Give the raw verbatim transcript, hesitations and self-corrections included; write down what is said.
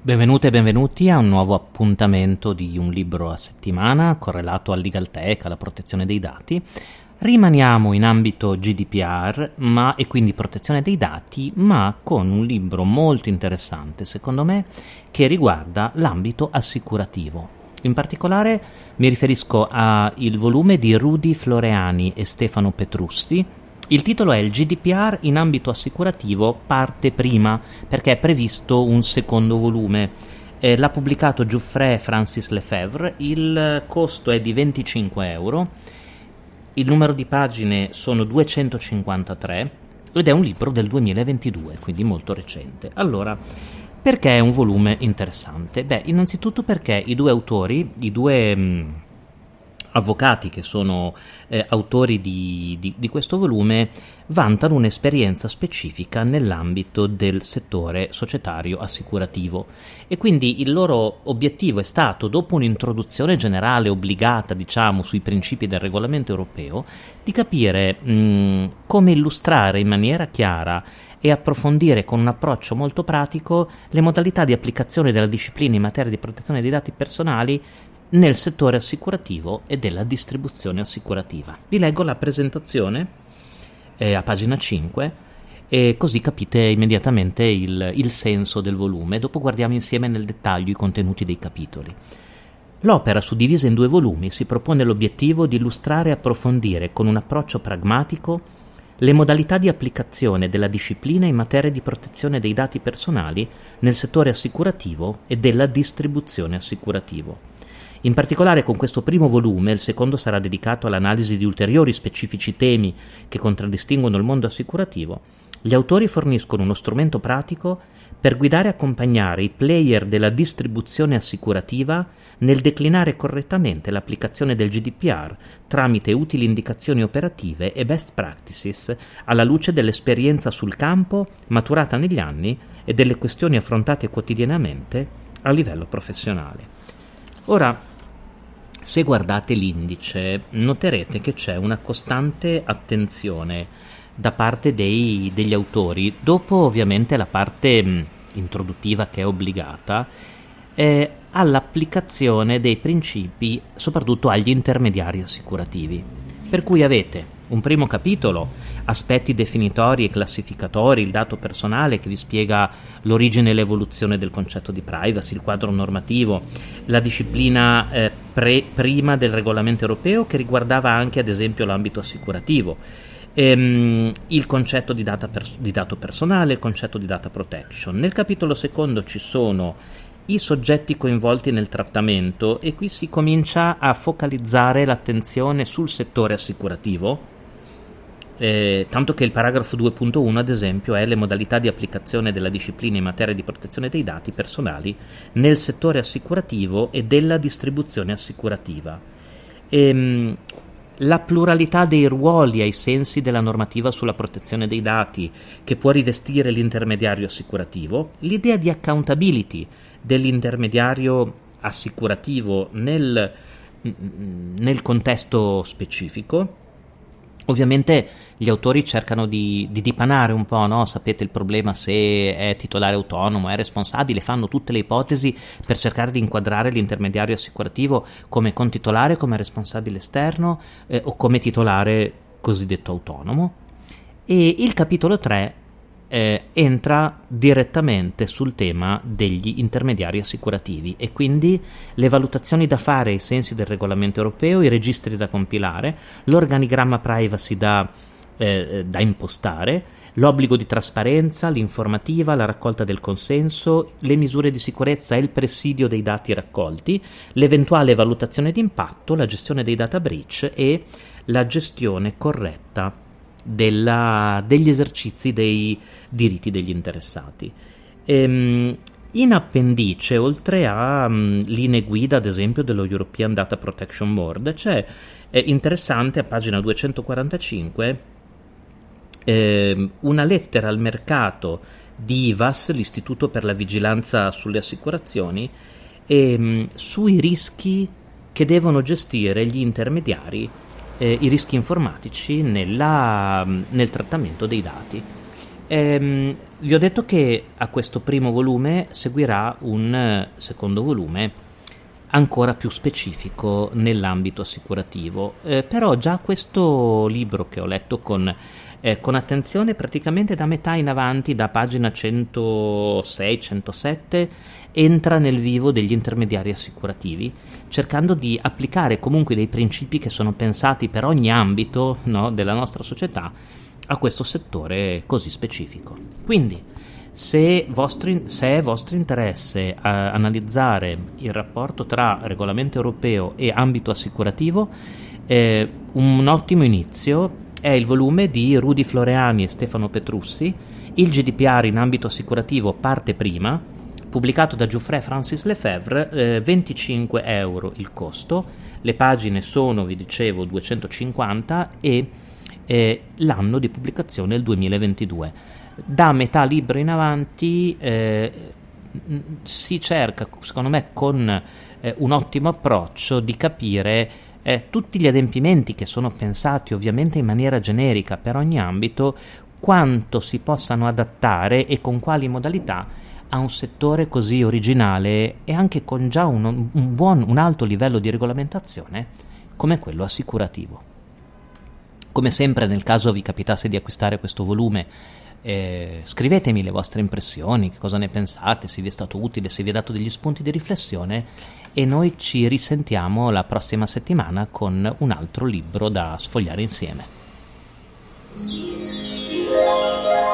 Benvenute e benvenuti a un nuovo appuntamento di un libro a settimana correlato al Legal Tech, alla protezione dei dati. Rimaniamo in ambito G D P R ma, e quindi protezione dei dati, ma con un libro molto interessante, secondo me, che riguarda l'ambito assicurativo. In particolare mi riferisco al volume di Rudy Floreani e Stefano Petrussi. Il titolo è il G D P R in ambito assicurativo, parte prima, perché è previsto un secondo volume. Eh, l'ha pubblicato Giuffre Francis Lefebvre, il costo è di venticinque euro, il numero di pagine sono duecentocinquantatré ed è un libro del duemilaventidue, quindi molto recente. Allora, perché è un volume interessante? Beh, innanzitutto perché i due autori, i due... Mh, avvocati che sono eh, autori di, di, di questo volume vantano un'esperienza specifica nell'ambito del settore societario assicurativo e quindi il loro obiettivo è stato, dopo un'introduzione generale obbligata, diciamo, sui principi del regolamento europeo, di capire mh, come illustrare in maniera chiara e approfondire con un approccio molto pratico le modalità di applicazione della disciplina in materia di protezione dei dati personali nel settore assicurativo e della distribuzione assicurativa. Vi leggo la presentazione eh, a pagina cinque e così capite immediatamente il, il senso del volume. Dopo guardiamo insieme nel dettaglio i contenuti dei capitoli. L'opera, suddivisa in due volumi, si propone l'obiettivo di illustrare e approfondire con un approccio pragmatico le modalità di applicazione della disciplina in materia di protezione dei dati personali nel settore assicurativo e della distribuzione assicurativo. In particolare con questo primo volume, il secondo sarà dedicato all'analisi di ulteriori specifici temi che contraddistinguono il mondo assicurativo, gli autori forniscono uno strumento pratico per guidare e accompagnare i player della distribuzione assicurativa nel declinare correttamente l'applicazione del G D P R tramite utili indicazioni operative e best practices alla luce dell'esperienza sul campo maturata negli anni e delle questioni affrontate quotidianamente a livello professionale. Ora, se guardate l'indice, noterete che c'è una costante attenzione da parte dei, degli autori, dopo ovviamente la parte mh, introduttiva che è obbligata, eh, all'applicazione dei principi soprattutto agli intermediari assicurativi. Per cui avete un primo capitolo, aspetti definitori e classificatori, il dato personale che vi spiega l'origine e l'evoluzione del concetto di privacy, il quadro normativo, la disciplina eh, pre, prima del regolamento europeo che riguardava anche ad esempio l'ambito assicurativo, ehm, il concetto di, data pers- di dato personale, il concetto di data protection. Nel capitolo secondo ci sono i soggetti coinvolti nel trattamento e qui si comincia a focalizzare l'attenzione sul settore assicurativo, eh, tanto che il paragrafo due punto uno ad esempio è le modalità di applicazione della disciplina in materia di protezione dei dati personali nel settore assicurativo e della distribuzione assicurativa. Ehm, la pluralità dei ruoli ai sensi della normativa sulla protezione dei dati che può rivestire l'intermediario assicurativo, l'idea di accountability dell'intermediario assicurativo nel, nel contesto specifico. Ovviamente gli autori cercano di, di dipanare un po', no? Sapete il problema se è titolare autonomo, è responsabile, fanno tutte le ipotesi per cercare di inquadrare l'intermediario assicurativo come contitolare, come responsabile esterno eh, o come titolare cosiddetto autonomo. E il capitolo tre Eh, entra direttamente sul tema degli intermediari assicurativi e quindi le valutazioni da fare ai sensi del regolamento europeo, i registri da compilare, l'organigramma privacy da, eh, da impostare, l'obbligo di trasparenza, l'informativa, la raccolta del consenso, le misure di sicurezza e il presidio dei dati raccolti, l'eventuale valutazione di impatto, la gestione dei data breach e la gestione corretta Della, degli esercizi dei diritti degli interessati. Ehm, in appendice, oltre a um, linee guida ad esempio dello European Data Protection Board, c'è eh, interessante a pagina duecentoquarantacinque eh, una lettera al mercato di I V A S, l'Istituto per la Vigilanza sulle Assicurazioni, ehm, sui rischi che devono gestire gli intermediari, Eh, i rischi informatici nella, nel trattamento dei dati. Ehm, vi ho detto che a questo primo volume seguirà un eh, secondo volume ancora più specifico nell'ambito assicurativo, eh, però già questo libro, che ho letto con, eh, con attenzione, praticamente da metà in avanti, da pagina centosei centosette, entra nel vivo degli intermediari assicurativi, cercando di applicare comunque dei principi che sono pensati per ogni ambito, no, della nostra società a questo settore così specifico. Quindi, se, vostri, se è vostro interesse eh, analizzare il rapporto tra regolamento europeo e ambito assicurativo, eh, un ottimo inizio è il volume di Rudy Floreani e Stefano Petrussi, il G D P R in ambito assicurativo parte prima, pubblicato da Geoffrey Francis Lefebvre, eh, venticinque euro il costo, le pagine sono, vi dicevo, duecentocinquanta e eh, l'anno di pubblicazione è il duemilaventidue. Da metà libro in avanti eh, si cerca, secondo me, con eh, un ottimo approccio, di capire eh, tutti gli adempimenti che sono pensati ovviamente in maniera generica per ogni ambito, quanto si possano adattare e con quali modalità a un settore così originale e anche con già un, un buon, un alto livello di regolamentazione come quello assicurativo. Come sempre, nel caso vi capitasse di acquistare questo volume, eh, scrivetemi le vostre impressioni, che cosa ne pensate, se vi è stato utile, se vi ha dato degli spunti di riflessione, e noi ci risentiamo la prossima settimana con un altro libro da sfogliare insieme.